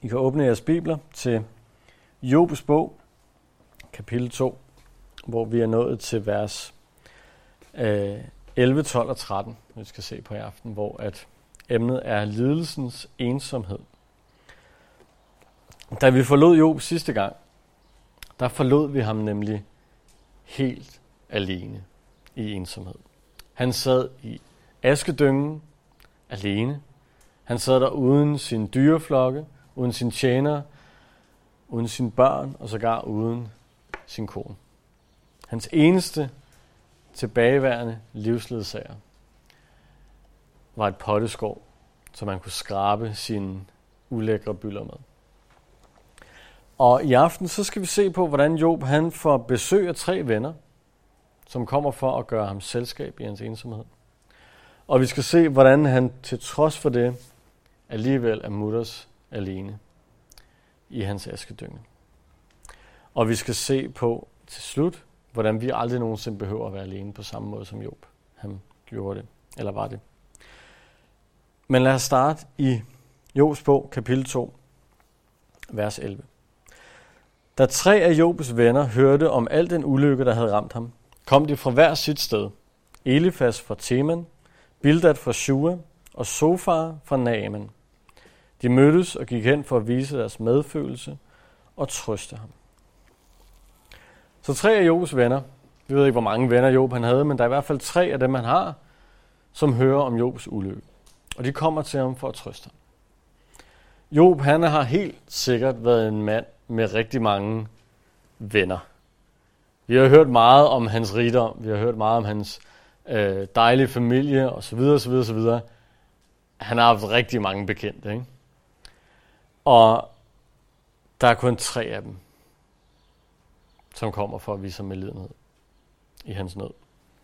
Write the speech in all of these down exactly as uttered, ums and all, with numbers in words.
I kan åbne jeres bibler til Jobs bog, kapitel to, hvor vi er nået til vers øh, elleve, tolv og tretten, vi skal se på i aften, hvor at emnet er lidelsens ensomhed. Da vi forlod Job sidste gang, der forlod vi ham nemlig helt alene i ensomhed. Han sad i askedyngen alene. Han sad der uden sin dyreflokke, uden sin tjenere, uden sine børn og sågar uden sin kone. Hans eneste tilbageværende livsledsager var et potteskår, som man kunne skrabe sine ulækre byller med. Og i aften så skal vi se på, hvordan Job han får besøg af tre venner, som kommer for at gøre ham selskab i hans ensomhed. Og vi skal se, hvordan han til trods for det alligevel er mutters alene i hans askedynge. Og vi skal se på til slut, hvordan vi aldrig nogensinde behøver at være alene på samme måde som Job. Han gjorde det, eller var det. Men lad os starte i Jobs bog, kapitel to, vers elleve. Da tre af Jobs venner hørte om al den ulykke, der havde ramt ham, kom de fra hver sit sted. Elifas fra Teman, Bildad fra Shua og Sofar fra Naaman. De mødtes og gik hen for at vise deres medfølelse og trøste ham. Så tre af Jobs venner, vi ved ikke, hvor mange venner Job han havde, men der er i hvert fald tre af dem, han har, som hører om Jobs ulykke. Og de kommer til ham for at trøste ham. Job, han har helt sikkert været en mand med rigtig mange venner. Vi har hørt meget om hans rigdom, vi har hørt meget om hans øh, dejlige familie osv. osv., osv. Han har haft rigtig mange bekendte, ikke? Og der er kun tre af dem, som kommer for at vise ham medlidenhed i hans nød.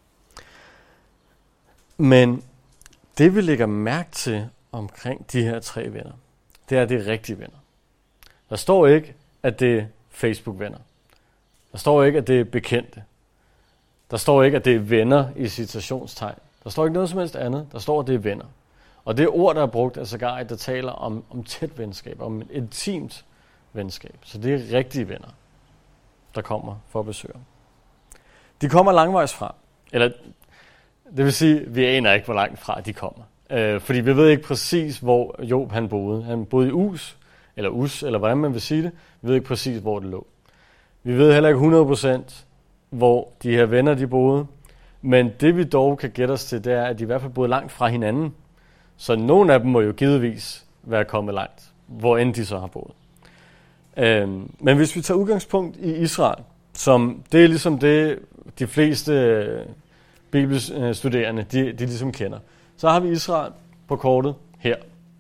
Men det vi lægger mærke til omkring de her tre venner, det er, at det er rigtige venner. Der står ikke, at det er Facebook-venner. Der står ikke, at det er bekendte. Der står ikke, at det er venner i citationstegn. Der står ikke noget som helst andet. Der står, at det er venner. Og det ord, der er brugt, er sågar et, der taler om, om tæt venskab, om et intimt venskab. Så det er rigtige venner, der kommer for at besøge. De kommer langvejs fra. Eller det vil sige, vi aner ikke, hvor langt fra de kommer. Øh, fordi vi ved ikke præcis, hvor Job han boede. Han boede i Us, eller Us, eller hvordan man vil sige det. Vi ved ikke præcis, hvor det lå. Vi ved heller ikke hundrede procent, hvor de her venner de boede. Men det vi dog kan gætte os til, det er, at de i hvert fald boede langt fra hinanden. Så nogle af dem må jo givetvis være kommet langt, hvor end de så har boet. Øhm, men hvis vi tager udgangspunkt i Israel, som det er ligesom det, de fleste bibelstuderende, de, de ligesom kender, så har vi Israel på kortet her.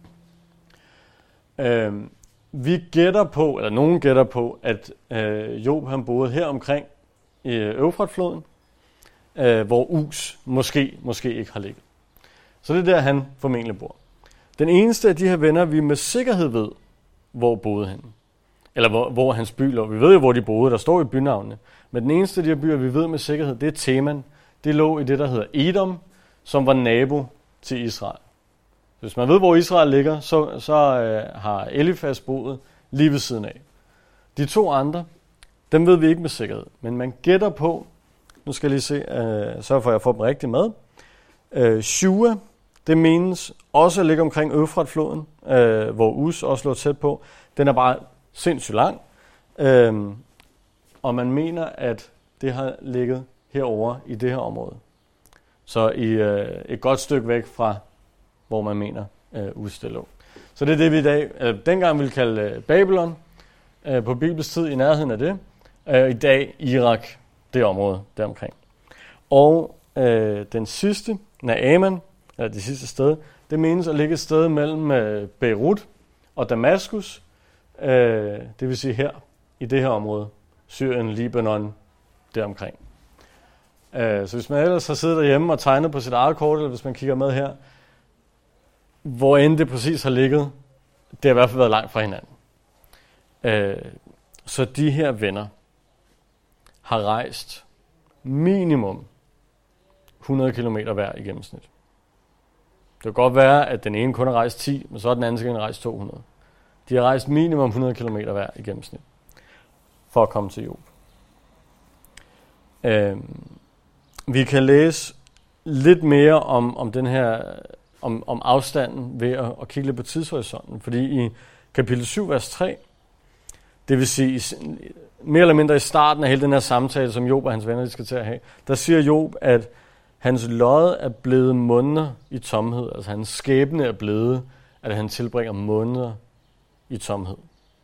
Øhm, vi gætter på, eller nogen gætter på, at øh, Job han boede her omkring i Eufratfloden, øh, hvor Us måske, måske ikke har ligget. Så det er der, han formentlig bor. Den eneste af de her venner, vi med sikkerhed ved, hvor boede han. Eller hvor, hvor hans by lå. Vi ved jo, hvor de boede. Der står i bynavnene. Men den eneste af de her byer, vi ved med sikkerhed, det er Teman. Det lå i det, der hedder Edom, som var nabo til Israel. Hvis man ved, hvor Israel ligger, så, så øh, har Elifas boet lige ved siden af. De to andre, dem ved vi ikke med sikkerhed. Men man gætter på, nu skal jeg lige se, øh, sørge for, at jeg får dem rigtig med. Øh, Shua, det menes også at ligge omkring Eufratfloden, øh, hvor Us også lå tæt på. Den er bare sindssygt lang. Øh, og man mener, at det har ligget herovre i det her område. Så i øh, et godt stykke væk fra, hvor man mener øh, Us det lå. Så det er det, vi i dag, øh, dengang ville kalde øh, Babylon, øh, på Bibels tid i nærheden af det. Øh, I dag Irak, det område deromkring. Og øh, den sidste, Naaman, eller det sidste sted, det menes at ligge et sted mellem øh, Beirut og Damaskus, øh, det vil sige her, i det her område, Syrien, Libanon, deromkring. Øh, så hvis man ellers har siddet derhjemme og tegnet på sit eget kort, eller hvis man kigger med her, hvor end det præcis har ligget, det har i hvert fald været langt fra hinanden. Øh, så de her venner har rejst minimum hundrede kilometer hver i gennemsnit. Det kan godt være, at den ene kun har rejst ti, men så er den anden skal rejse to hundrede. De har rejst minimum hundrede kilometer hver i gennemsnit for at komme til Job. Øh, vi kan læse lidt mere om, om den her om, om afstanden ved at, at kigge lidt på tidshorisonten, fordi i kapitel syv, vers tre, det vil sige i, mere eller mindre i starten af hele den her samtale, som Job og hans venner de skal til at have, der siger Job, at hans lod er blevet måneder i tomhed, altså hans skæbne er blevet, at han tilbringer måneder i tomhed.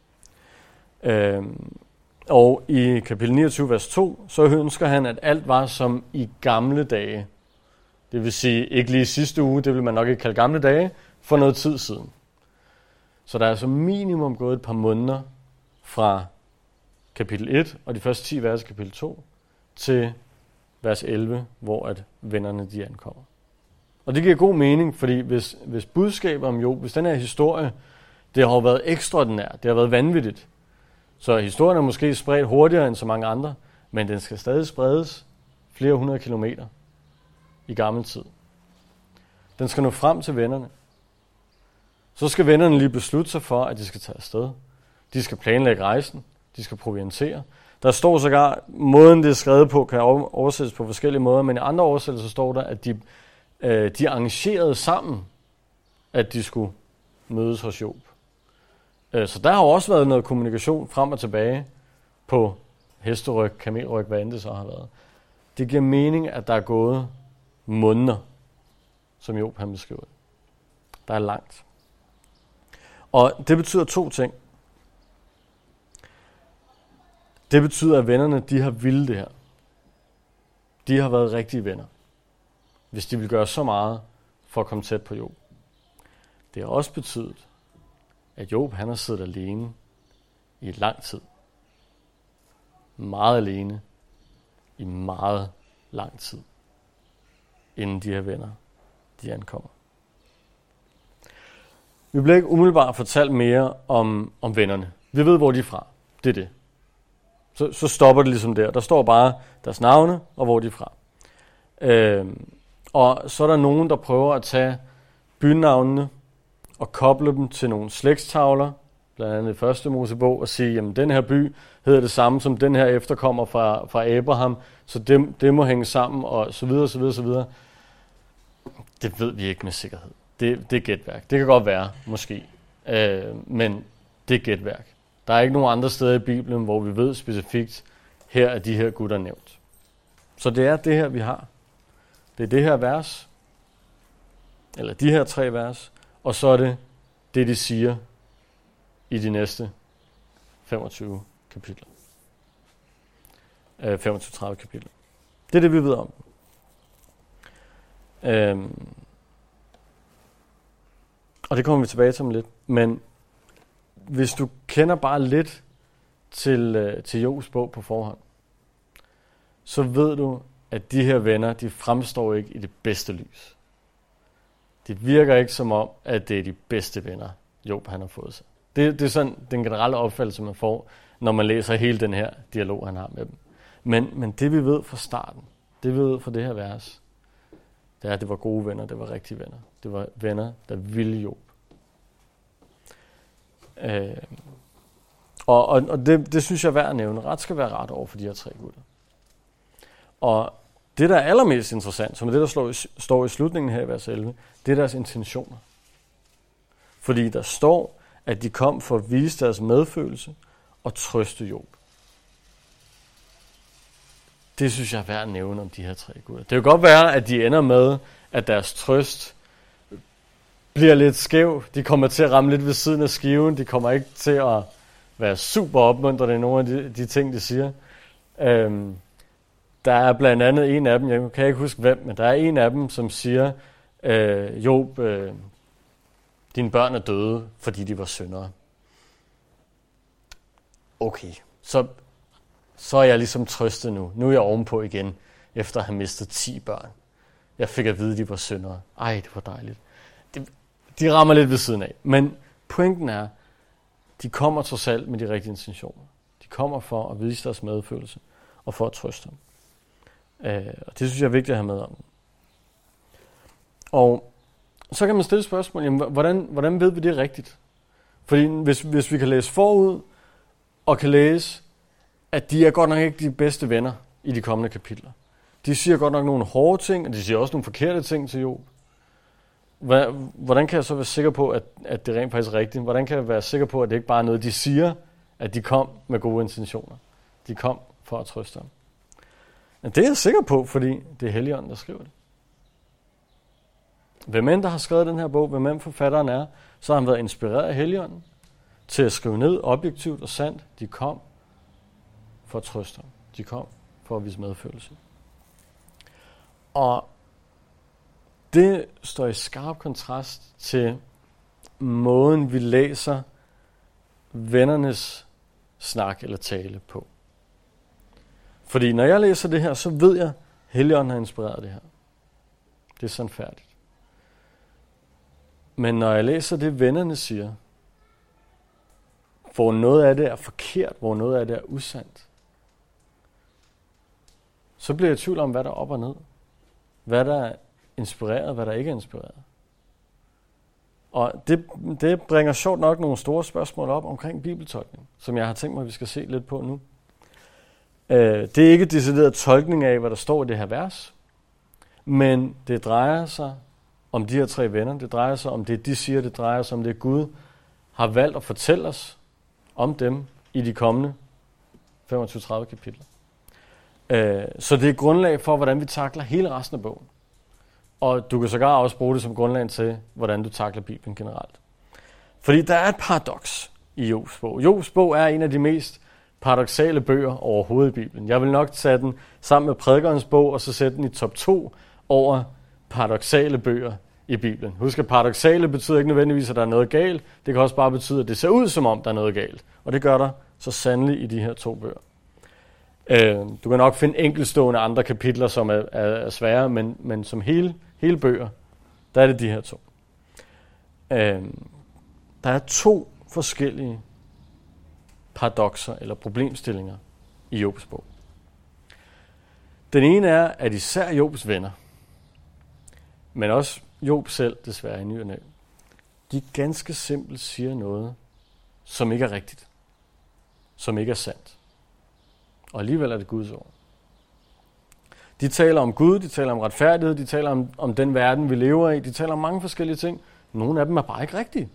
Øhm, og i kapitel niogtyve, vers to, så ønsker han, at alt var som i gamle dage. Det vil sige, ikke lige sidste uge, det vil man nok ikke kalde gamle dage, for noget tid siden. Så der er altså minimum gået et par måneder fra kapitel et og de første ti vers i kapitel to til vers elleve, hvor at vennerne de ankommer. Og det giver god mening, fordi hvis, hvis budskabet om Job, hvis den her historie, det har været ekstraordinært, det har været vanvittigt, så historien er måske spredt hurtigere end så mange andre, men den skal stadig spredes flere hundrede kilometer i gammel tid. Den skal nå frem til vennerne. Så skal vennerne lige beslutte sig for, at de skal tage afsted. De skal planlægge rejsen. De skal proviantere. Der står sågar, måden det er skrevet på, kan oversættes på forskellige måder, men i andre oversættelser står der, at de, øh, de arrangerede sammen, at de skulle mødes hos Job. Øh, så der har også været noget kommunikation frem og tilbage på hesteryg, kamelryg, hvad end det så har været. Det giver mening, at der er gået måneder, som Job han beskriver det. Der er langt. Og det betyder to ting. Det betyder, at vennerne, de har villet det her. De har været rigtige venner, hvis de vil gøre så meget for at komme tæt på Job. Det har også betydet, at Job han har siddet alene i lang tid. Meget alene i meget lang tid, inden de her venner, de ankommer. Vi bliver ikke umiddelbart fortalt mere om, om vennerne. Vi ved, hvor de er fra. Det er det. Så, så stopper det ligesom der. Der står bare deres navne og hvor de er fra. Øhm, og så er der nogen, der prøver at tage bynavnene og koble dem til nogle slægtstavler, blandt andet i første Mosebog, og sige, jamen den her by hedder det samme som den her efterkommer fra, fra Abraham, så det, det må hænge sammen, og så videre, så videre, så videre. Det ved vi ikke med sikkerhed. Det, det er gætværk. Det kan godt være, måske. Øh, men det er gætværk. Der er ikke nogen andre steder i Bibelen, hvor vi ved specifikt, her er de her gutter nævnt. Så det er det her, vi har. Det er det her vers, eller de her tre vers, og så er det det, de siger i de næste femogtyve kapitler. Øh, femogtyve til tredive kapitler. Det er det, vi ved om. Øhm, og det kommer vi tilbage til om lidt. Men hvis du kender bare lidt til, øh, til Jobs bog på forhånd, så ved du, at de her venner, de fremstår ikke i det bedste lys. Det virker ikke som om, at det er de bedste venner, Job han har fået sig. Det, det er sådan den generelle opfattelse, man får, når man læser hele den her dialog, han har med dem. Men, men det vi ved fra starten, det vi ved fra det her vers, det er, at det var gode venner, det var rigtige venner. Det var venner, der ville Job. Øh, og og, og det, det synes jeg er værd at nævne. Ret skal være ret over for de her tre gutter. Og det, der er allermest interessant, som er det, der slår i, står i slutningen her i vers elleve, det er deres intentioner. Fordi der står, at de kom for at vise deres medfølelse og trøste Job. Det synes jeg er værd at nævne om de her tre gutter. Det kan godt være, at de ender med, at deres trøst bliver lidt skæv. De kommer til at ramme lidt ved siden af skiven. De kommer ikke til at være super opmuntrende i nogle af de, de ting, de siger. Øhm, der er blandt andet en af dem, jeg kan ikke huske hvem, men der er en af dem, som siger, øh, Job, øh, dine børn er døde, fordi de var syndere. Okay, så, så er jeg ligesom trøstet nu. Nu er jeg ovenpå igen, efter at have mistet ti børn. Jeg fik at vide, at de var syndere. Ej, det var dejligt. De, de rammer lidt ved siden af. Men pointen er, de kommer trods alt med de rigtige intentioner. De kommer for at vise deres medfølelse og for at trøste dem. Øh, og det synes jeg er vigtigt at have med om. Og så kan man stille spørgsmål, jamen, hvordan, hvordan ved vi det rigtigt? Fordi hvis, hvis vi kan læse forud, og kan læse, at de er godt nok ikke de bedste venner i de kommende kapitler. De siger godt nok nogle hårde ting, og de siger også nogle forkerte ting til Job. Hvordan kan jeg så være sikker på, at, at det rent faktisk er rigtigt? Hvordan kan jeg være sikker på, at det ikke bare er noget, de siger, at de kom med gode intentioner? De kom for at trøste ham. Men det er jeg sikker på, fordi det er Helligånden, der skriver det. Hvem end der har skrevet den her bog, hvem end forfatteren er, så har han været inspireret af Helligånden til at skrive ned objektivt og sandt. De kom for at trøste ham. De kom for at vise medfølelse. Og det står i skarp kontrast til måden, vi læser vennernes snak eller tale på. Fordi når jeg læser det her, så ved jeg, at Helligånden har inspireret det her. Det er sandfærdigt. Men når jeg læser det, vennerne siger, hvor noget af det er forkert, hvor noget af det er usandt, så bliver jeg i tvivl om, hvad der er op og ned. Hvad der er inspireret, hvad der ikke er inspireret. Og det, det bringer sjovt nok nogle store spørgsmål op omkring bibeltolkning, som jeg har tænkt mig, at vi skal se lidt på nu. Det er ikke decideret tolkning af, hvad der står i det her vers, men det drejer sig om de her tre venner. Det drejer sig om det, de siger. Det drejer sig om det, Gud har valgt at fortælle os om dem i de kommende femogtyve til tredive kapitler. Så det er grundlag for, hvordan vi takler hele resten af bogen. Og du kan sågar også bruge det som grundlag til, hvordan du takler Bibelen generelt. Fordi der er et paradoks i Jobs bog. Jobs bog er en af de mest paradoksale bøger overhovedet i Bibelen. Jeg vil nok tage den sammen med Prædikerens bog, og så sætte den i top to over paradoksale bøger i Bibelen. Husk, at paradoksale betyder ikke nødvendigvis, at der er noget galt. Det kan også bare betyde, at det ser ud, som om der er noget galt. Og det gør der så sandelig i de her to bøger. Du kan nok finde enkeltstående andre kapitler, som er, er, er svære, men, men som hele, hele bøger, der er det de her to. Der er to forskellige paradokser eller problemstillinger i Jobs bog. Den ene er, at især Jobs venner, men også Job selv, desværre i ny og næ, de ganske simpelt siger noget, som ikke er rigtigt, som ikke er sandt. Og alligevel er det Guds ord. De taler om Gud, de taler om retfærdighed, de taler om, om den verden, vi lever i, de taler om mange forskellige ting. Nogle af dem er bare ikke rigtige.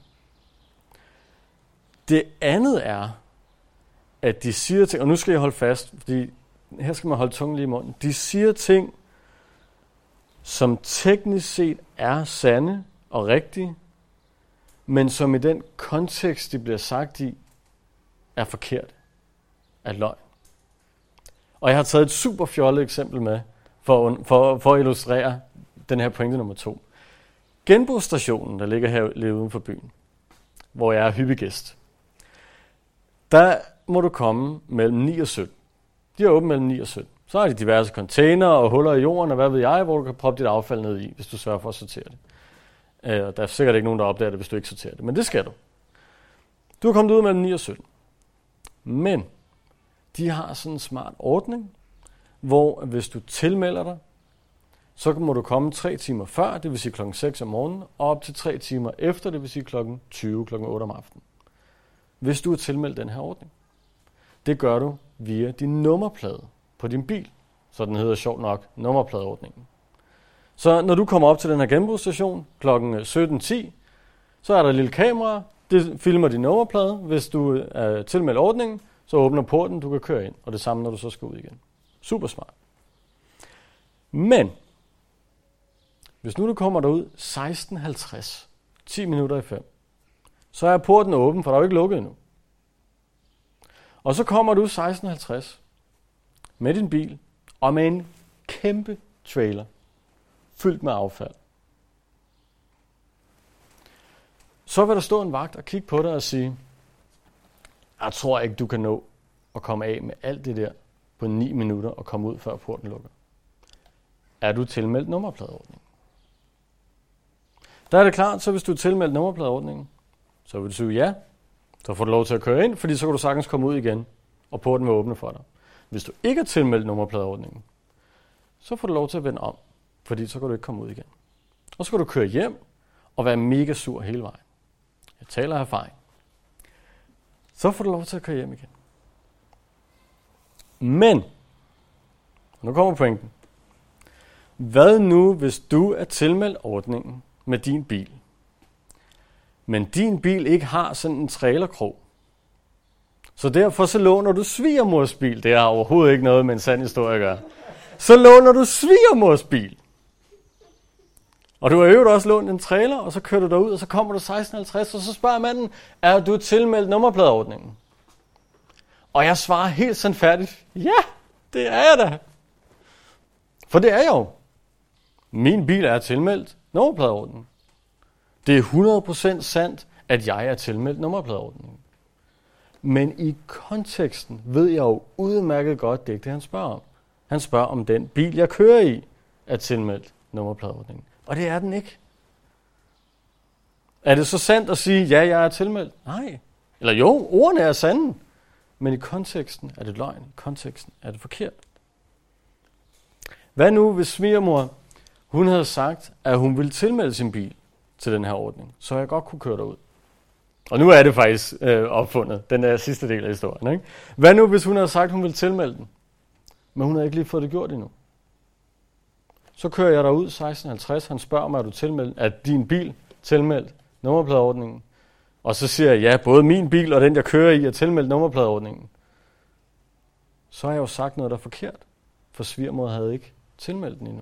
Det andet er, at de siger ting, og nu skal jeg holde fast, fordi her skal man holde tungen lige i munden. De siger ting, som teknisk set er sande og rigtige, men som i den kontekst, de bliver sagt i, er forkert, er løgn. Og jeg har taget et super fjollet eksempel med, for, for, for at illustrere den her pointe nummer to. Genbrugsstationen, der ligger her lige uden for byen, hvor jeg er hyppig gæst, der må du komme mellem ni og sytten. De er åbent mellem ni og sytten. Så har de diverse container og huller i jorden, og hvad ved jeg, hvor du kan proppe dit affald ned i, hvis du sørger for at sortere det. Øh, der er sikkert ikke nogen, der opdager det, hvis du ikke sorterer det, men det skal du. Du er kommet ud mellem ni og sytten. Men de har sådan en smart ordning, hvor hvis du tilmelder dig, så må du komme tre timer før, det vil sige klokken seks om morgenen, og op til tre timer efter, det vil sige klokken tyve, klokken otte om aftenen. Hvis du er tilmeldt den her ordning. Det gør du via din nummerplade på din bil. Så den hedder sjovt nok nummerpladeordningen. Så når du kommer op til den her genbrugsstation klokken sytten ti, så er der et lille kamera, det filmer din nummerplade. Hvis du er tilmeldt ordningen, så åbner porten, du kan køre ind. Og det samme, når du så skal ud igen. Super smart. Men, hvis nu du kommer derud seksten halvtreds, ti minutter i fem, så er porten åben, for der er jo ikke lukket endnu. Og så kommer du seksten halvtreds med din bil og med en kæmpe trailer fyldt med affald. Så vil der stå en vagt og kigge på dig og sige, jeg tror ikke, du kan nå at komme af med alt det der på ni minutter og komme ud, før porten lukker. Er du tilmeldt nummerpladeordningen? Der er det klart, så hvis du er tilmeldt nummerpladeordningen, så vil du sige ja, så får du lov til at køre ind, fordi så kan du sagtens komme ud igen, og porten vil åbne for dig. Hvis du ikke er tilmeldt nummerpladeordningen, så får du lov til at vende om, fordi så kan du ikke komme ud igen. Og så kan du køre hjem og være mega sur hele vejen. Jeg taler af erfaring. så får du lov til at køre hjem igen. Men, nu kommer pointen. Hvad nu, hvis du er tilmeldt ordningen med din bil, men din bil ikke har sådan en trailerkrog? Så derfor så låner du svigermors bil. Det har overhovedet ikke noget med en sand historie at gøre. Så låner du svigermors bil. Og du har jo også lånt en trailer, og så kører du derud, og så kommer du seksten halvtreds, og så spørger manden, er du tilmeldt nummerpladeordningen? Og jeg svarer helt sandfærdigt, ja, det er jeg da. For det er jeg jo. Min bil er tilmeldt nummerpladeordningen. Det er hundrede procent sandt, at jeg er tilmeldt nummerpladeordningen. Men i konteksten ved jeg jo udmærket godt, det er ikke det, han spørger om. Han spørger, om den bil, jeg kører i, er tilmeldt nummerpladeordningen. Og det er den ikke. Er det så sandt at sige, ja, jeg er tilmeldt? Nej. Eller jo, ordene er sande. Men i konteksten er det løgn. I konteksten er det forkert. Hvad nu, hvis svigermor, hun havde sagt, at hun ville tilmelde sin bil til den her ordning, så jeg godt kunne køre derud. Og nu er det faktisk øh, opfundet, den der sidste del af historien. Ikke? Hvad nu, hvis hun havde sagt, at hun ville tilmelde den, men hun havde ikke lige fået det gjort endnu? Så kører jeg derud seksten halvtreds, han spørger mig, er du tilmeldt, er din bil tilmeldt nummerpladeordningen? Og så siger jeg, ja, både min bil og den, jeg kører i, er tilmeldt nummerpladeordningen. Så har jeg jo sagt noget, der er forkert, for svigermor havde ikke tilmeldt den endnu.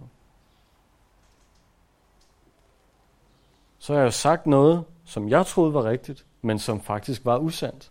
Så har jeg jo sagt noget, som jeg troede var rigtigt, men som faktisk var usandt.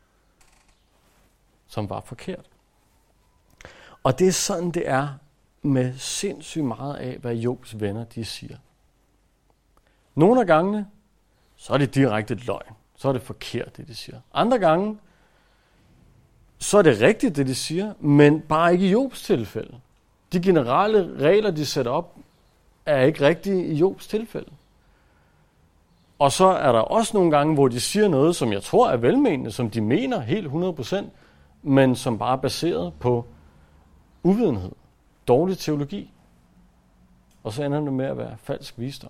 Som var forkert. Og det er sådan, det er med sindssygt meget af, hvad Jobs venner de siger. Nogle af gangene, så er det direkte løgn. Så er det forkert, det de siger. Andre gange, så er det rigtigt, det de siger, men bare ikke i Jobs tilfælde. De generelle regler, de sætter op, er ikke rigtige i Jobs tilfælde. Og så er der også nogle gange, hvor de siger noget, som jeg tror er velmenende, som de mener helt hundrede procent, men som bare er baseret på uvidenhed, dårlig teologi. Og så ender det med at være falsk visdom.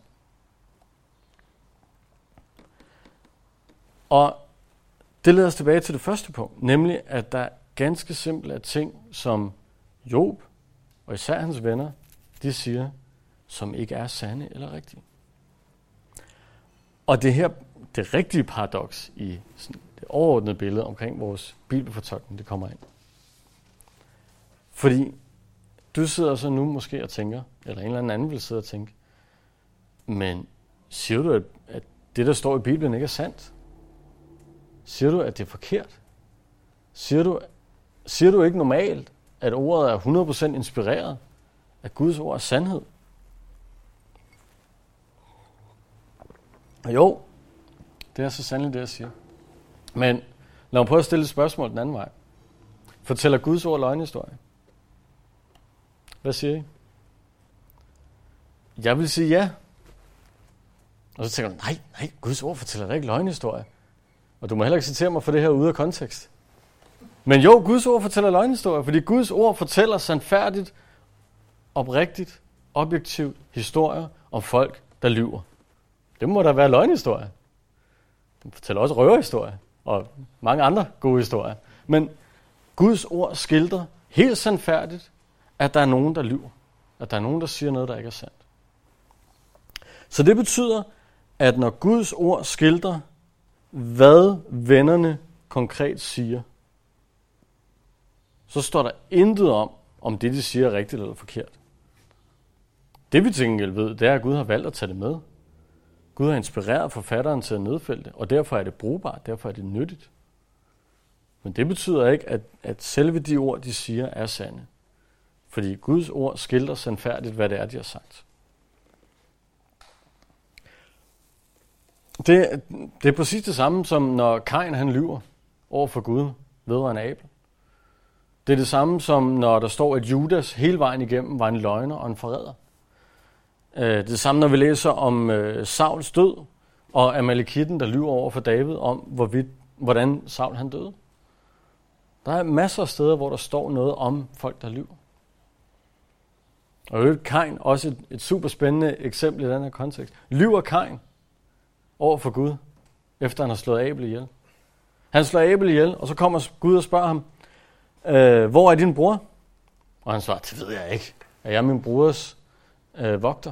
Og det leder os tilbage til det første punkt, nemlig at der ganske simpelt er ting, som Job og især hans venner, de siger, som ikke er sande eller rigtige. Og det her, det rigtige paradoks i sådan det overordnede billede omkring vores bibelfortolkning, det kommer ind. Fordi du sidder så nu måske og tænker, eller en eller anden vil sidde og tænke, men siger du, at, at det, der står i Bibelen, ikke er sandt? Siger du, at det er forkert? Siger du, siger du ikke normalt, at ordet er hundrede procent inspireret? At Guds ord er sandhed? Jo, det er så sandelig det, jeg siger. Men lad mig prøve at stille et spørgsmål den anden vej. Fortæller Guds ord løgnehistorie? Hvad siger I? Jeg vil sige ja. Og så tænker du, nej, nej, Guds ord fortæller da ikke løgnehistorie. Og du må heller ikke citere mig for det her ude af kontekst. Men jo, Guds ord fortæller løgnehistorie, fordi Guds ord fortæller sandfærdigt, oprigtigt, objektivt historier om folk, der lyver. Det må da være løgnehistorie. Den fortæller også røverhistorie og mange andre gode historier. Men Guds ord skildrer helt sandfærdigt, at der er nogen, der lyver. At der er nogen, der siger noget, der ikke er sandt. Så det betyder, at når Guds ord skildrer, hvad vennerne konkret siger, så står der intet om, om det, de siger, er rigtigt eller forkert. Det vi til gengæld ved, det er, at Gud har valgt at tage det med. Gud har inspireret forfatteren til at nedfælde det, og derfor er det brugbart, derfor er det nyttigt. Men det betyder ikke, at, at selve de ord, de siger, er sande. Fordi Guds ord skildrer sandfærdigt, hvad det er, de har sagt. Det, det er præcis det samme, som når Kain han lyver over for Gud vedrørende Abel. Det er det samme som, når der står, at Judas hele vejen igennem var en løgner og en forræder. Det er det samme, når vi læser om Sauls død, og Amalekitten, der lyver over for David om, hvorvidt, hvordan Saul han døde. Der er masser af steder, hvor der står noget om folk, der lyver. Og Kain, også et, et super spændende eksempel i den her kontekst. Lyver Kain over for Gud, efter han har slået Abel ihjel. Han slår Abel ihjel, og så kommer Gud og spørger ham, øh, hvor er din bror? Og han svarer, det ved jeg ikke. Er jeg min brors øh, vogter?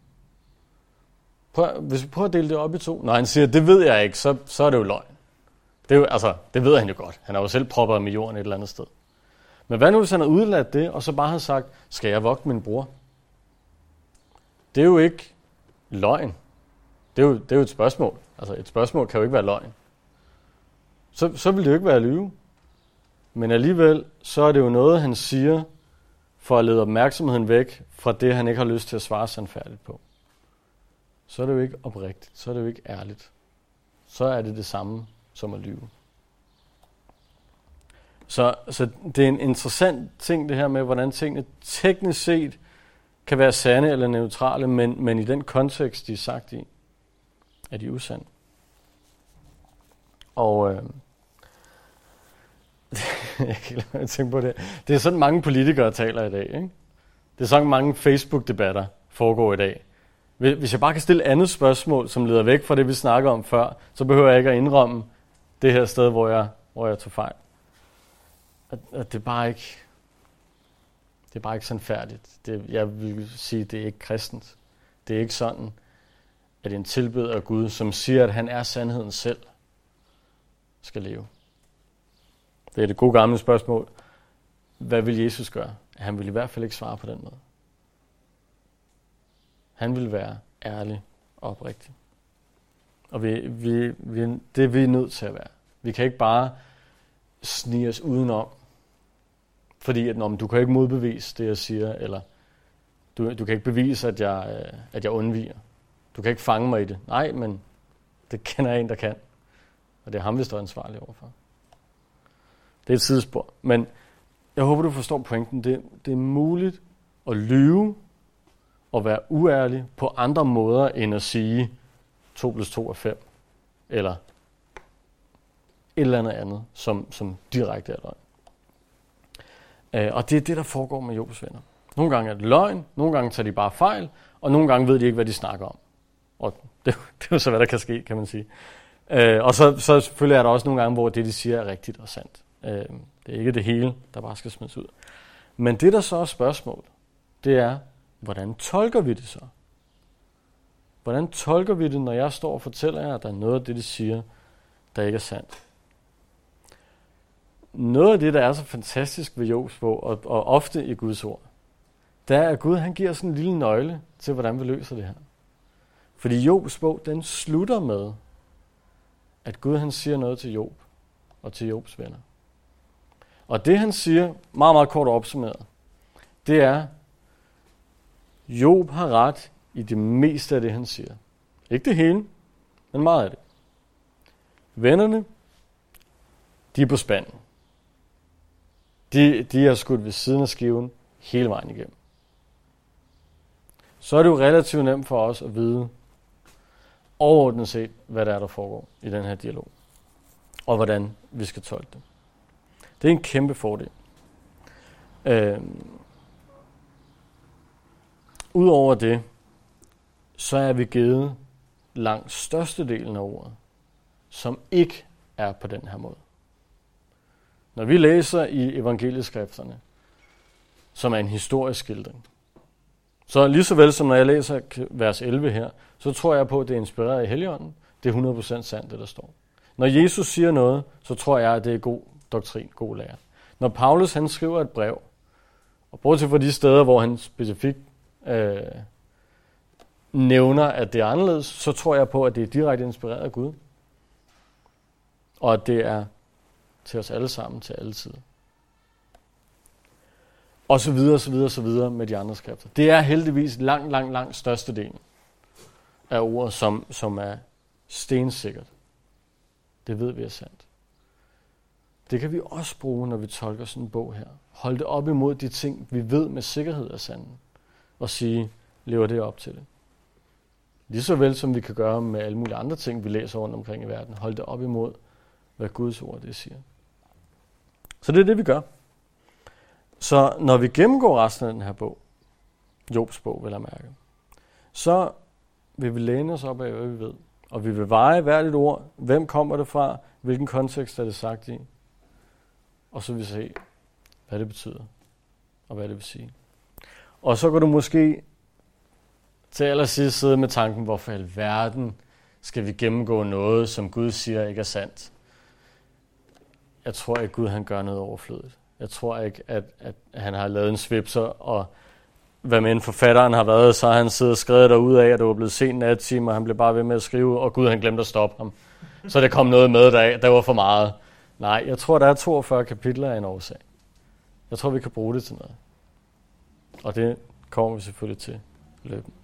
Prøv, hvis vi prøver at dele det op i to. Når han siger, det ved jeg ikke, så, så er det jo løgn. Det, er jo, altså, det ved han jo godt. Han har jo selv proppet med jorden et eller andet sted. Men hvad nu, hvis han havde udladt det, og så bare havde sagt, skal jeg vogte min bror? Det er jo ikke løgn. Det er jo, det er jo et spørgsmål. Altså et spørgsmål kan jo ikke være løgn. Så, så vil det jo ikke være at lyve. Men alligevel, så er det jo noget, han siger, for at lede opmærksomheden væk fra det, han ikke har lyst til at svare sandfærdigt på. Så er det jo ikke oprigtigt. Så er det jo ikke ærligt. Så er det det samme som at lyve. Så, så det er en interessant ting, det her med, hvordan tingene teknisk set kan være sande eller neutrale, men, men i den kontekst, de er sagt i, er de usande. Og øh, jeg kan ikke lade tænke på det. Det er sådan mange politikere taler i dag, ikke? Det er sådan mange Facebook-debatter foregår i dag. Hvis jeg bare kan stille andet spørgsmål, som leder væk fra det, vi snakker om før, så behøver jeg ikke at indrømme det her sted, hvor jeg, hvor jeg tog fejl. At, at det er bare ikke, det er bare ikke sandfærdigt. Det, jeg vil sige, det er ikke kristent. Det er ikke sådan, at en tilbeder af Gud, som siger, at han er sandheden selv, skal leve. Det er det gode gamle spørgsmål. Hvad vil Jesus gøre? Han vil i hvert fald ikke svare på den måde. Han vil være ærlig og oprigtig. Og vi, vi, vi, det er vi nødt til at være. Vi kan ikke bare snige os udenom, fordi at, nå, du kan ikke modbevise det, jeg siger, eller du, du kan ikke bevise, at jeg, at jeg undviger. Du kan ikke fange mig i det. Nej, men det kender jeg en, der kan. Og det er ham, vi står ansvarlig overfor. Det er et sidespor. Men jeg håber, du forstår pointen. Det, det er muligt at lyve og være uærlig på andre måder, end at sige to plus to er fem. Eller et eller andet andet, som, som direkte er løgn. Uh, og det er det, der foregår med Jobs venner. Nogle gange er det løgn, nogle gange tager de bare fejl, og nogle gange ved de ikke, hvad de snakker om. Og det, det er jo så, hvad der kan ske, kan man sige. Uh, og så, så selvfølgelig er der også nogle gange, hvor det, de siger, er rigtigt og sandt. Uh, det er ikke det hele, der bare skal smides ud. Men det, der så er spørgsmålet, det er, hvordan tolker vi det så? Hvordan tolker vi det, når jeg står og fortæller jer, at der er noget af det, de siger, der ikke er sandt? Noget af det, der er så fantastisk ved Jobs bog, og, og ofte i Guds ord, det er, at Gud han giver sådan en lille nøgle til, hvordan vi løser det her. Fordi Jobs bog, den slutter med, at Gud han siger noget til Job og til Jobs venner. Og det han siger, meget, meget kort opsummeret, det er, Job har ret i det meste af det, han siger. Ikke det hele, men meget af det. Vennerne, de er på spanden. De, de er skudt ved siden af skiven hele vejen igennem. Så er det jo relativt nemt for os at vide overordnet set, hvad der er, der foregår i den her dialog. Og hvordan vi skal tolke det. Det er en kæmpe fordel. Øhm, Udover det, så er vi givet langt størstedelen af ordet, som ikke er på den her måde. Når vi læser i evangelieskrifterne, som er en historisk skildring, så lige så vel som når jeg læser vers elleve her, så tror jeg på, at det er inspireret af Helligånden. Det er hundrede procent sandt, det der står. Når Jesus siger noget, så tror jeg, at det er god doktrin, god lære. Når Paulus han skriver et brev, og bortset fra de steder, hvor han specifikt øh, nævner, at det er anderledes, så tror jeg på, at det er direkte inspireret af Gud. Og at det er til os alle sammen, til alle tider. Og så videre, så videre, så videre med de andre skrifter. Det er heldigvis langt, langt, langt størstedelen af ordet, som, som er stensikkert. Det ved vi er sandt. Det kan vi også bruge, når vi tolker sådan en bog her. Hold det op imod de ting, vi ved med sikkerhed er sande. Og sige, lever det op til det. Lige så vel som vi kan gøre med alle mulige andre ting, vi læser rundt omkring i verden. Hold det op imod, hvad Guds ord det siger. Så det er det, vi gør. Så når vi gennemgår resten af den her bog, Jobs bog, vil jeg mærke, så vil vi læne os op af, hvad vi ved. Og vi vil veje hvert et ord. Hvem kommer det fra? hvilken kontekst er det sagt i, og så vil vi se, hvad det betyder, og hvad det vil sige. Og så kan du måske til allersidst sidde med tanken, hvorfor i alverden skal vi gennemgå noget, som Gud siger ikke er sandt. Jeg tror ikke, Gud han gør noget overflødigt. Jeg tror ikke, at, at han har lavet en svipser, og hvad med en forfatteren har været, så har han siddet og skrevet derude af, at det var blevet sent nattime, og han blev bare ved med at skrive, og Gud han glemte at stoppe ham. Så der kom noget med, der, der var for meget. Nej, jeg tror, der er toogfyrre kapitler af en årsag. Jeg tror, vi kan bruge det til noget. Og det kommer vi selvfølgelig til løbende.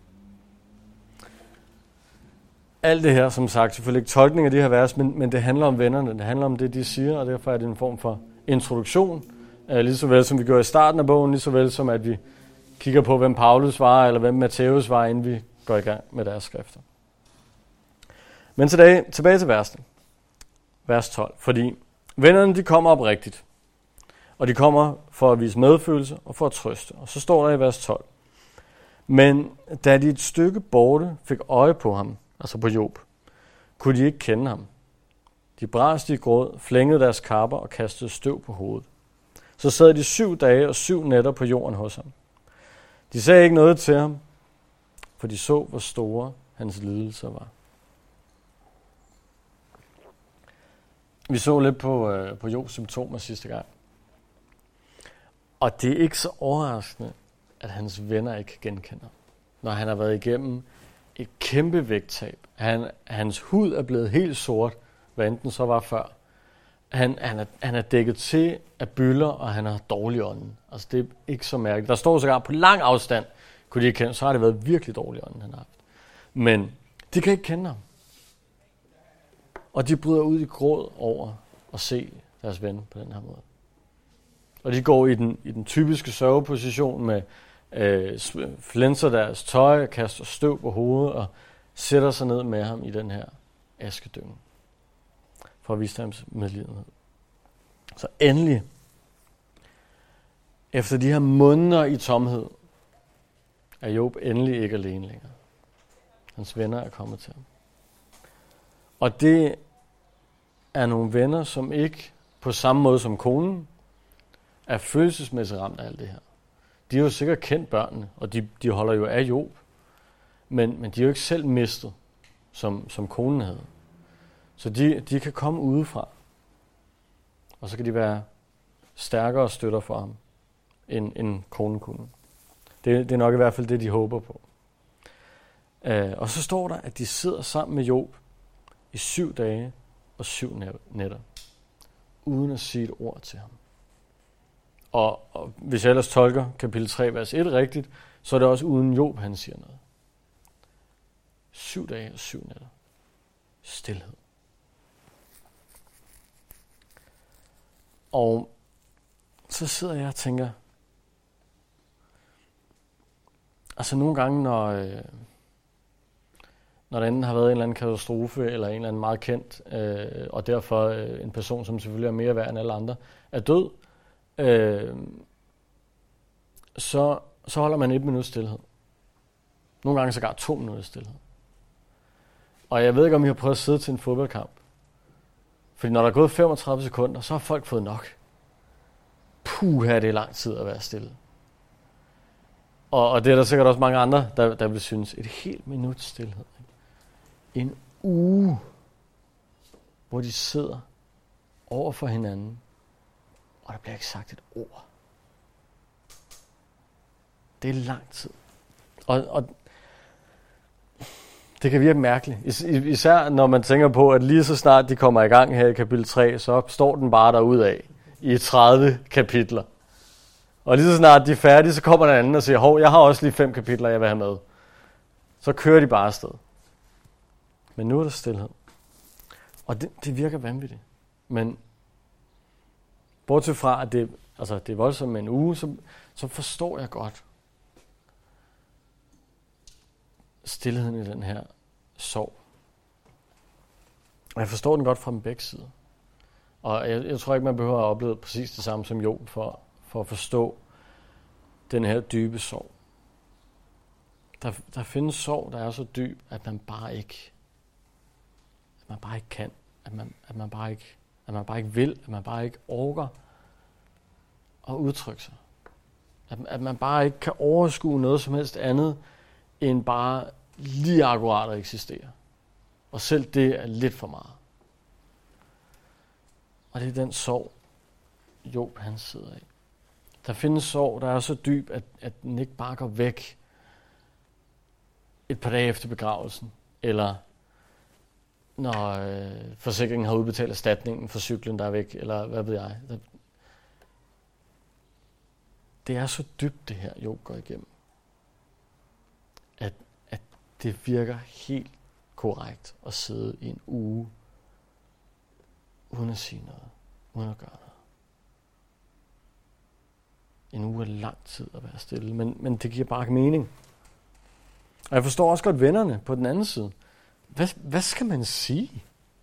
Alt det her, som sagt, selvfølgelig ikke tolkning af de her vers, men, men det handler om vennerne, det handler om det, de siger, og derfor er det en form for introduktion, uh, lige så vel som vi gør i starten af bogen, lige så vel som at vi kigger på, hvem Paulus var, eller hvem Matthæus var, inden vi går i gang med deres skrifter. Men tilbage, tilbage til versen, vers tolv, fordi vennerne, de kommer oprigtigt, og de kommer for at vise medfølelse og for at trøste. Og så står der i vers tolv, men da de et stykke borte fik øje på ham, altså på Job, kunne de ikke kende ham. De braste i gråd, flængede deres kapper og kastede støv på hovedet. Så sad de syv dage og syv nætter på jorden hos ham. De sagde ikke noget til ham, for de så, hvor store hans lidelser var. Vi så lidt på, øh, på Jobs symptomer sidste gang. Og det er ikke så overraskende, at hans venner ikke genkender ham, når han har været igennem et kæmpe vægttab. Han, hans hud er blevet helt sort, hvad enten så var før. Han, han, er, han er dækket til af bylder, og han har dårlig ånden. Altså det er ikke så mærkeligt. Der står sågar på lang afstand, kunne de ikke kende, så har det været virkelig dårlig ånden, han har haft. Men de kan ikke kende ham. Og de bryder ud i gråd over at se deres ven på den her måde. Og de går i den, i den typiske sørgeposition med øh, flænser deres tøj, kaster støv på hovedet og sætter sig ned med ham i den her askedynge for at vise hans medlidenhed. Så endelig, efter de her måneder i tomhed, er Job endelig ikke alene længere. Hans venner er kommet til ham. Og det er nogle venner, som ikke på samme måde som konen er følelsesmæssigt ramt af alt det her. De har jo sikkert kendt børnene, og de, de holder jo af Job. Men, men de er jo ikke selv mistet, som, som konen havde. Så de, de kan komme udefra, og så kan de være stærkere støtter for ham, end, end konen kunne. Det, det er nok i hvert fald det, de håber på. Uh, og så står der, at de sidder sammen med Job i syv dage og syv nætter, uden at sige et ord til ham. Og, og hvis jeg ellers tolker kapitel tre, vers et rigtigt, så er det også uden Job, han siger noget. Syv dage og syv nætter. Stilhed. Og så sidder jeg og tænker, altså nogle gange, når, øh, når der enten har været en eller anden katastrofe, eller en eller anden meget kendt, øh, og derfor øh, en person, som selvfølgelig er mere værd end alle andre, er død, øh, så, så holder man et minut stillhed. Nogle gange sågar to minutter stillhed. Og jeg ved ikke, om I har prøvet at sidde til en fodboldkamp. Fordi når der er gået femogtredive sekunder, så har folk fået nok. Puh, her er det lang tid at være stille. Og, og det er der sikkert også mange andre, der, der vil synes, et helt minut stillhed. En uge, hvor de sidder over for hinanden, og der bliver ikke sagt et ord. Det er lang tid. Og, og det kan virke mærkeligt. Is- især når man tænker på, at lige så snart de kommer i gang her i kapitel tre, så står den bare derudad i tredive kapitler. Og lige så snart de er færdige, så kommer der anden og siger, hov, jeg har også lige fem kapitler, jeg vil have med. Så kører de bare afsted. Men nu er der stilhed. Og det, det virker vanvittigt. Men bortset fra, at det, altså, det er voldsomt med en uge, så, så forstår jeg godt stilheden i den her sorg. Og jeg forstår den godt fra den begge sider. Og jeg, jeg tror ikke, man behøver at opleve præcis det samme som Job, for, for at forstå den her dybe sorg. Der, der findes sorg, der er så dyb, at man bare ikke, at man bare ikke kan. at man, at man, bare, ikke, at man bare ikke vil, at man bare ikke orker at udtrykke sig. At, at man bare ikke kan overskue noget som helst andet, end bare lige akkurat at eksistere. Og selv det er lidt for meget. Og det er den sorg, Job han sidder i. Der findes sorg, der er så dyb, at, at den ikke bare går væk et par dage efter begravelsen, eller når øh, forsikringen har udbetalt erstatningen for cyklen, der er væk, eller hvad ved jeg. Det er så dybt, det her Job går igennem, at, at det virker helt korrekt at sidde i en uge, uden at sige noget, uden at gøre noget. En uge er lang tid at være stille, men, men det giver bare ikke mening. Og jeg forstår også godt vennerne på den anden side. Hvad, hvad skal man sige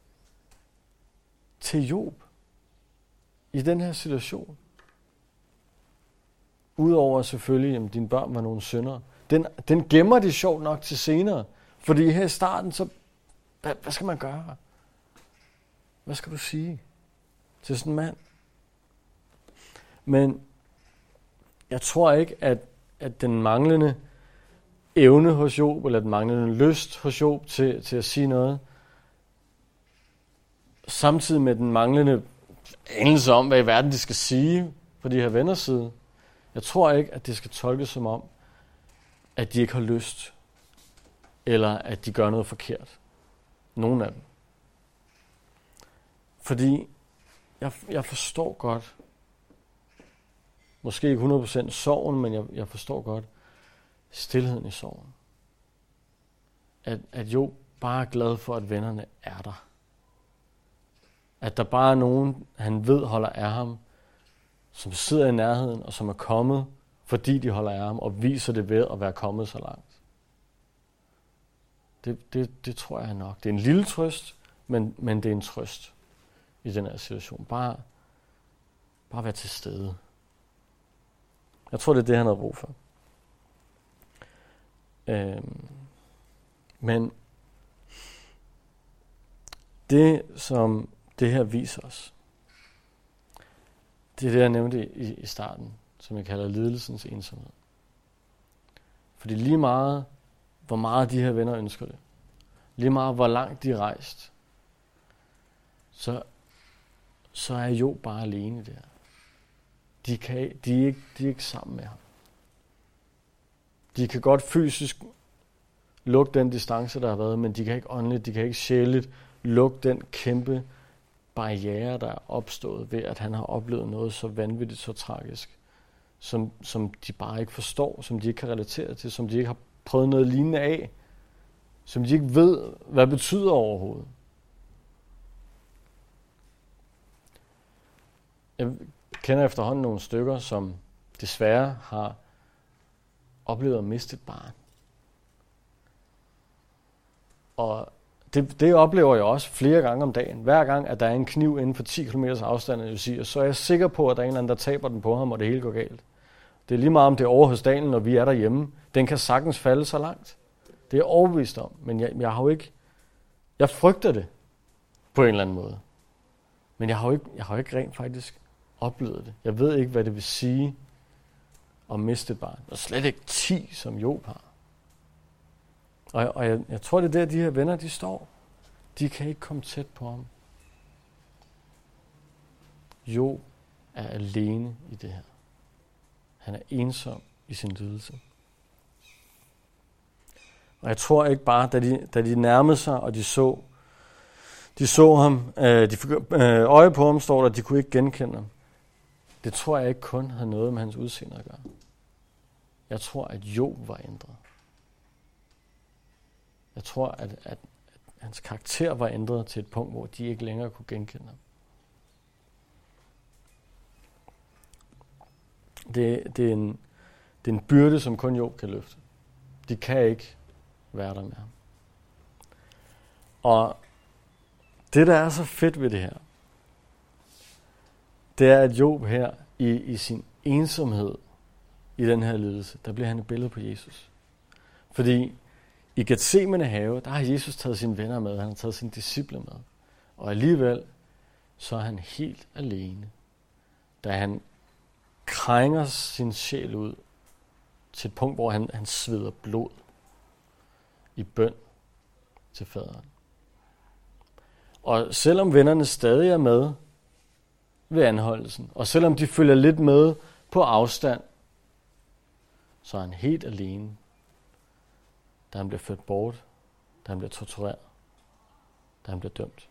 til Job i den her situation? Udover selvfølgelig, at dine børn var nogle syndere. Den, den gemmer de sjovt nok til senere. Fordi her i starten, så hvad, hvad skal man gøre? Hvad skal du sige til sådan en mand? Men jeg tror ikke, at, at den manglende evne hos Job, eller den manglende lyst hos Job til, til at sige noget, samtidig med den manglende anelse om, hvad i verden de skal sige på de her venners side, jeg tror ikke, at det skal tolkes som om, at de ikke har lyst, eller at de gør noget forkert. Nogen af dem. Fordi jeg, jeg forstår godt, måske ikke hundrede procent sorgen, men jeg, jeg forstår godt stilheden i sorgen. At, at Job bare er glad for, at vennerne er der. At der bare er nogen, han ved holder af ham, som sidder i nærheden, og som er kommet, fordi de holder af ham, og viser det ved at være kommet så langt. Det, det, det tror jeg nok. Det er en lille trøst, men, men det er en trøst i den her situation. Bare, bare være til stede. Jeg tror, det er det, han havde brug for. Øhm, men det, som det her viser os, det er det, jeg nævnte i, i starten, som jeg kalder lidelsens ensomhed. Fordi lige meget, hvor meget de her venner ønsker det, lige meget, hvor langt de er rejst, så, så er Job bare alene der. De, kan, de, er ikke, de er ikke sammen med ham. De kan godt fysisk lukke den distance, der har været, men de kan ikke åndeligt, de kan ikke sjæleligt lukke den kæmpe barriere, der er opstået ved, at han har oplevet noget så vanvittigt, så tragisk, som, som de bare ikke forstår, som de ikke kan relatere til, som de ikke har prøvet noget lignende af, som de ikke ved, hvad det betyder overhovedet. Jeg kender efterhånden nogle stykker, som desværre har oplevet at miste et barn. Og det, det oplever jeg også flere gange om dagen. Hver gang, at der er en kniv inden for ti kilometers afstand, jeg vil sige, så er jeg sikker på, at der er en eller anden, der taber den på ham, og det hele går galt. Det er lige meget om det er over hos Daniel, når vi er derhjemme. Den kan sagtens falde så langt. Det er jeg overbevist om, men jeg, jeg har jo ikke, jeg frygter det på en eller anden måde. Men jeg har jo ikke, jeg har jo ikke rent faktisk oplevet det. Jeg ved ikke, hvad det vil sige at miste et barn. Og slet ikke ti, som Job har. Og, og jeg, jeg tror, det er der, de her venner, de står. De kan ikke komme tæt på ham. Job er alene i det her. Han er ensom i sin lidelse. Og jeg tror ikke bare, da de, da de nærmede sig, og de så, de så ham, øh, de fik øh, øje på ham, står der, de kunne ikke genkende ham. Det tror jeg ikke kun havde noget med hans udseende at gøre. Jeg tror, at Job var ændret. Jeg tror, at, at, at hans karakter var ændret til et punkt, hvor de ikke længere kunne genkende ham. Det, det, er en, det er en byrde, som kun Job kan løfte. De kan ikke være der med ham. Og det, der er så fedt ved det her, det er, at Job her i, i sin ensomhed i den her lidelse, der bliver han et billede på Jesus. Fordi i Getsemane have, der har Jesus taget sine venner med, han har taget sine disciple med. Og alligevel, så er han helt alene, da han krænger sin sjæl ud til et punkt, hvor han, han sveder blod i bøn til faderen. Og selvom vennerne stadig er med ved anholdelsen, og selvom de følger lidt med på afstand, så er han helt alene, da han bliver ført bort, da han bliver tortureret, da han bliver dømt.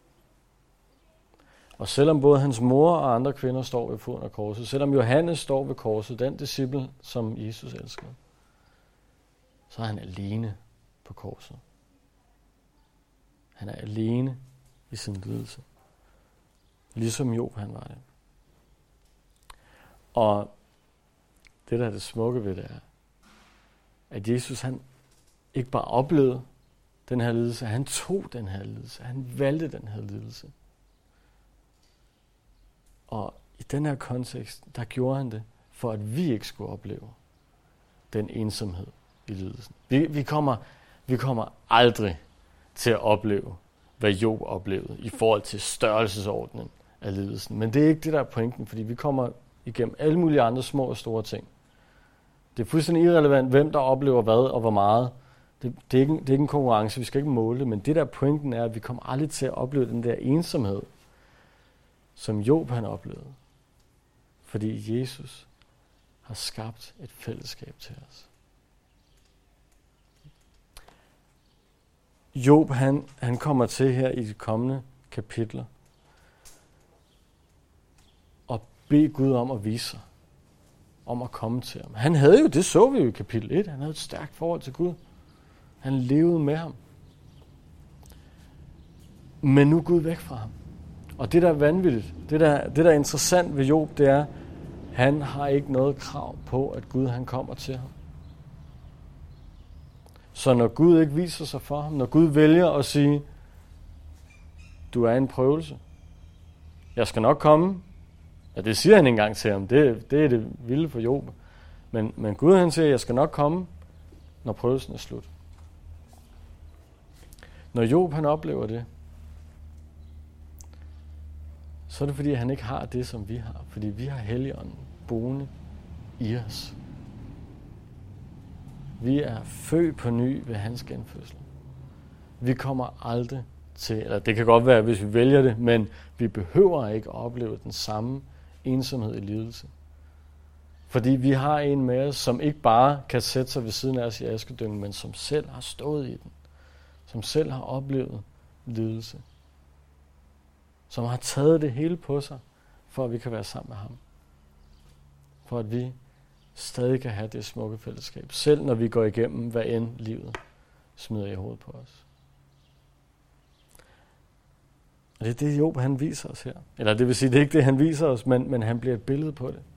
Og selvom både hans mor og andre kvinder står ved foden af korset, selvom Johannes står ved korset, den disciple, som Jesus elskede, så er han alene på korset. Han er alene i sin lidelse. Ligesom Job han var det. Og det, der er det smukke ved det, er, at Jesus han ikke bare oplevede den her lidelse, han tog den her lidelse, han valgte den her lidelse. Og i den her kontekst, der gjorde han det, for at vi ikke skulle opleve den ensomhed i lidelsen. Vi, vi, kommer, vi kommer aldrig til at opleve, hvad Job oplevede i forhold til størrelsesordenen af lidelsen. Men det er ikke det, der er pointen, fordi vi kommer igennem alle mulige andre små og store ting. Det er fuldstændig irrelevant, hvem der oplever hvad og hvor meget. Det, det, er ikke, det er ikke en konkurrence, vi skal ikke måle det, men det der pointen er, at vi kommer aldrig til at opleve den der ensomhed, som Job han oplevede. Fordi Jesus har skabt et fællesskab til os. Job han, han kommer til her i de kommende kapitler og bede Gud om at vise sig, om at komme til ham. Han havde jo, det så vi jo i kapitel et, han havde et stærkt forhold til Gud. Han levede med ham. Men nu er Gud væk fra ham. Og det, der er vanvittigt, det der, det, der er interessant ved Job, det er, han har ikke noget krav på, at Gud han kommer til ham. Så når Gud ikke viser sig for ham, når Gud vælger at sige, du er en prøvelse, jeg skal nok komme, ja, det siger han engang til ham, det, det er det vilde for Job, men, men Gud han siger, jeg skal nok komme, når prøvelsen er slut. Når Job han oplever det, så er det fordi, han ikke har det, som vi har. Fordi vi har Helligånden boende i os. Vi er født på ny ved hans genfødsel. Vi kommer aldrig til, eller det kan godt være, hvis vi vælger det, men vi behøver ikke at opleve den samme ensomhed i lidelse. Fordi vi har en med os, som ikke bare kan sætte sig ved siden af os i askedyngen, men som selv har stået i den. Som selv har oplevet lidelse. Som har taget det hele på sig, for at vi kan være sammen med ham. For at vi stadig kan have det smukke fællesskab, selv når vi går igennem, hvad end livet smider i hovedet på os. Og det er det, Job han viser os her. Eller det vil sige, det er ikke det, han viser os, men, men han bliver et billede på det.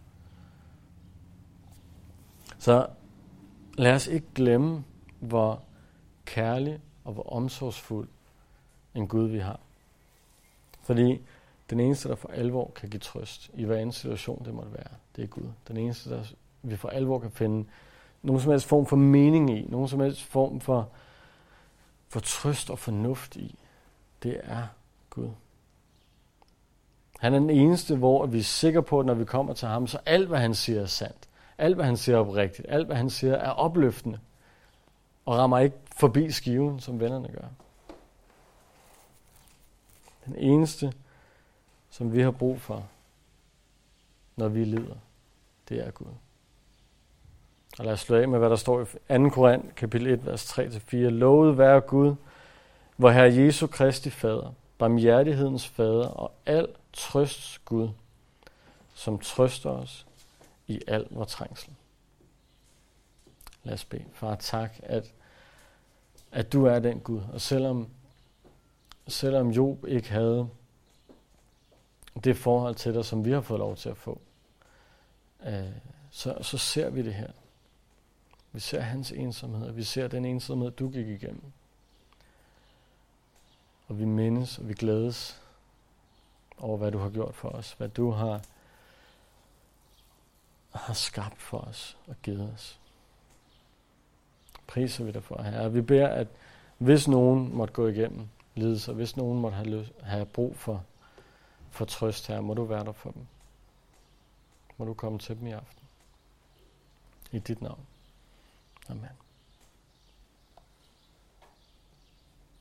Så lad os ikke glemme, hvor kærlig og hvor omsorgsfuld en Gud vi har. Fordi den eneste, der for alvor kan give trøst i hver anden situation, det måtte være, det er Gud. Den eneste, der vi for alvor kan finde nogen som helst form for mening i, nogen som helst form for, for trøst og fornuft i, det er Gud. Han er den eneste, hvor vi er sikre på, at når vi kommer til ham, så alt, hvad han siger, er sandt. Alt, hvad han siger, er oprigtigt. Alt, hvad han siger, er opløftende. Og rammer ikke forbi skiven, som vennerne gør. Den eneste, som vi har brug for, når vi lider, det er Gud. Og lad os slå af med, hvad der står i anden Korinth, kapitel et, vers tre til fire. Lovet være Gud, vor Herre Jesu Kristi Fader, barmhjertighedens Fader og al trøsts Gud, som trøster os i al vor trængsel. Lad os bede. Far, tak, at, at du er den Gud. Og selvom, selvom Job ikke havde det forhold til dig, som vi har fået lov til at få, øh, så, så ser vi det her. Vi ser hans ensomhed, og vi ser den ensomhed, du gik igennem. Og vi mindes, og vi glædes over, hvad du har gjort for os, hvad du har, har skabt for os og givet os. Priser vi dig for, Herre. Vi beder, at hvis nogen måtte gå igennem lidelse. Og hvis nogen måtte have, løs, have brug for, for trøst her, må du være der for dem. Må du komme til dem i aften. I dit navn. Amen.